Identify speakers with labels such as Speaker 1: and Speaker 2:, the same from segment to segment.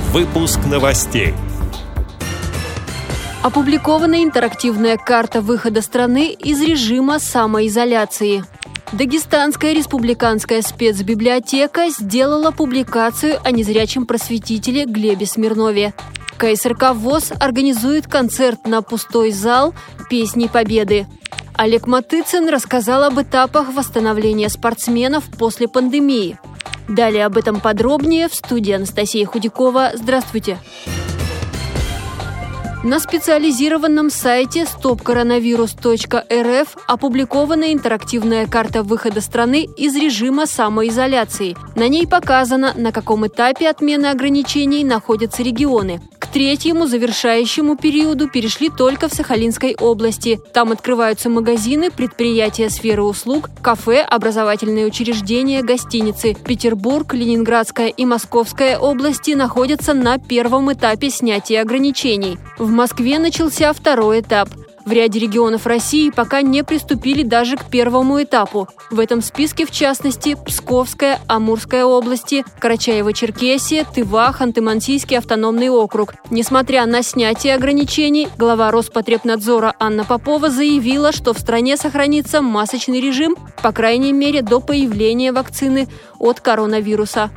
Speaker 1: Выпуск новостей.
Speaker 2: Опубликована интерактивная карта выхода страны из режима самоизоляции. Дагестанская республиканская спецбиблиотека сделала публикацию о незрячем просветителе Глебе Смирнове. КСРК ВОС организует концерт на пустой зал «Песни Победы». Олег Матыцин рассказал об этапах восстановления спортсменов после пандемии. Далее об этом подробнее в студии Анастасия Худякова. Здравствуйте! На специализированном сайте stopcoronavirus.rf опубликована интерактивная карта выхода страны из режима самоизоляции. На ней показано, на каком этапе отмены ограничений находятся регионы. К третьему завершающему периоду перешли только в Сахалинской области. Там открываются магазины, предприятия сферы услуг, кафе, образовательные учреждения, гостиницы. Петербург, Ленинградская и Московская области находятся на первом этапе снятия ограничений. В Москве начался второй этап. В ряде регионов России пока не приступили даже к первому этапу. В этом списке, в частности, Псковская, Амурская области, Карачаево-Черкесия, Тыва, Ханты-Мансийский автономный округ. Несмотря на снятие ограничений, глава Роспотребнадзора Анна Попова заявила, что в стране сохранится масочный режим, по крайней мере, до появления вакцины от коронавируса.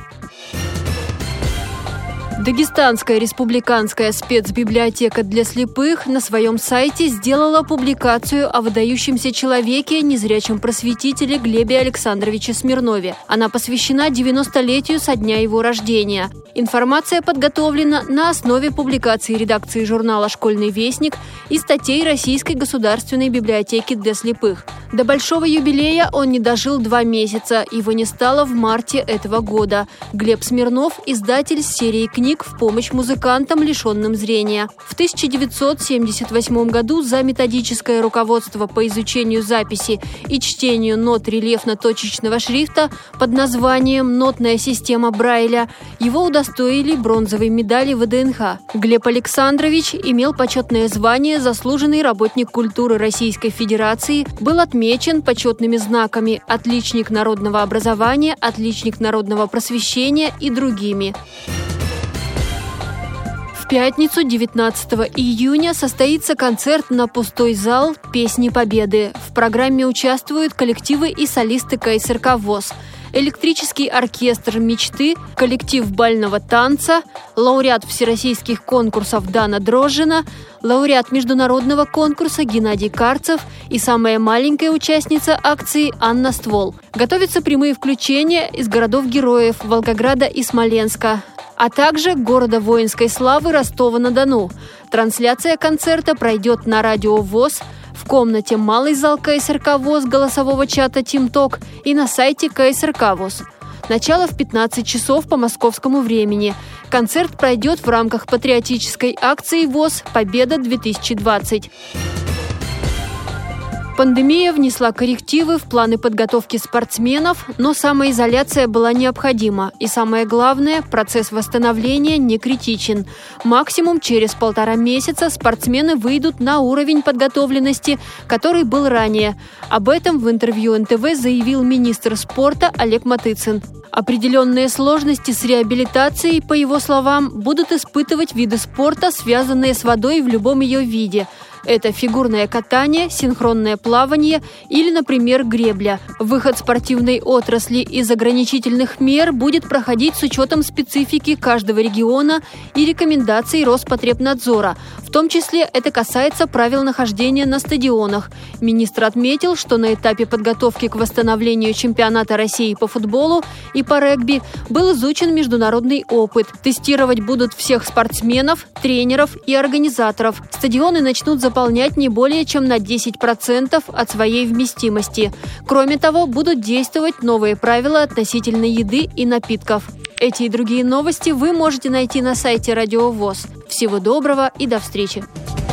Speaker 2: Дагестанская республиканская спецбиблиотека для слепых на своем сайте сделала публикацию о выдающемся человеке, незрячем просветителе Глебе Александровиче Смирнове. Она посвящена 90-летию со дня его рождения. Информация подготовлена на основе публикаций редакции журнала «Школьный вестник» и статей Российской государственной библиотеки для слепых. До большого юбилея он не дожил 2 месяца, его не стало в марте этого года. Глеб Смирнов – издатель серии книг в помощь музыкантам, лишенным зрения. В 1978 году за методическое руководство по изучению записи и чтению нот рельефно-точечного шрифта под названием «Нотная система Брайля» его удостоили бронзовой медали ВДНХ. Глеб Александрович имел почетное звание «Заслуженный работник культуры Российской Федерации», был отмечен почетными знаками «Отличник народного образования», «Отличник народного просвещения» и другими. В пятницу, 19 июня, состоится концерт на пустой зал «Песни Победы». В программе участвуют коллективы и солисты КСРК ВОС, электрический оркестр «Мечты», коллектив бального танца, лауреат всероссийских конкурсов Дана Дрожжина, лауреат международного конкурса Геннадий Карцев и самая маленькая участница акции Анна Ствол. Готовятся прямые включения из городов-героев Волгограда и Смоленска, а также города воинской славы Ростова-на-Дону. Трансляция концерта пройдет на радио ВОС, в комнате «Малый зал КСРК ВОС» голосового чата «Тимток» и на сайте КСРК ВОС. Начало в 15 часов по московскому времени. Концерт пройдет в рамках патриотической акции ВОС «Победа-2020». Пандемия внесла коррективы в планы подготовки спортсменов, но самоизоляция была необходима. И самое главное, процесс восстановления не критичен. Максимум через 1,5 месяца спортсмены выйдут на уровень подготовленности, который был ранее. Об этом в интервью НТВ заявил министр спорта Олег Матыцин. Определенные сложности с реабилитацией, по его словам, будут испытывать виды спорта, связанные с водой в любом ее виде. Это фигурное катание, синхронное плавание или, например, гребля. Выход спортивной отрасли из ограничительных мер будет проходить с учетом специфики каждого региона и рекомендаций Роспотребнадзора. В том числе это касается правил нахождения на стадионах. Министр отметил, что на этапе подготовки к восстановлению чемпионата России по футболу и по регби был изучен международный опыт. Тестировать будут всех спортсменов, тренеров и организаторов. Стадионы начнут заполнять не более чем на 10% от своей вместимости. Кроме того, будут действовать новые правила относительно еды и напитков. Эти и другие новости вы можете найти на сайте Радио ВОС. Всего доброго и до встречи!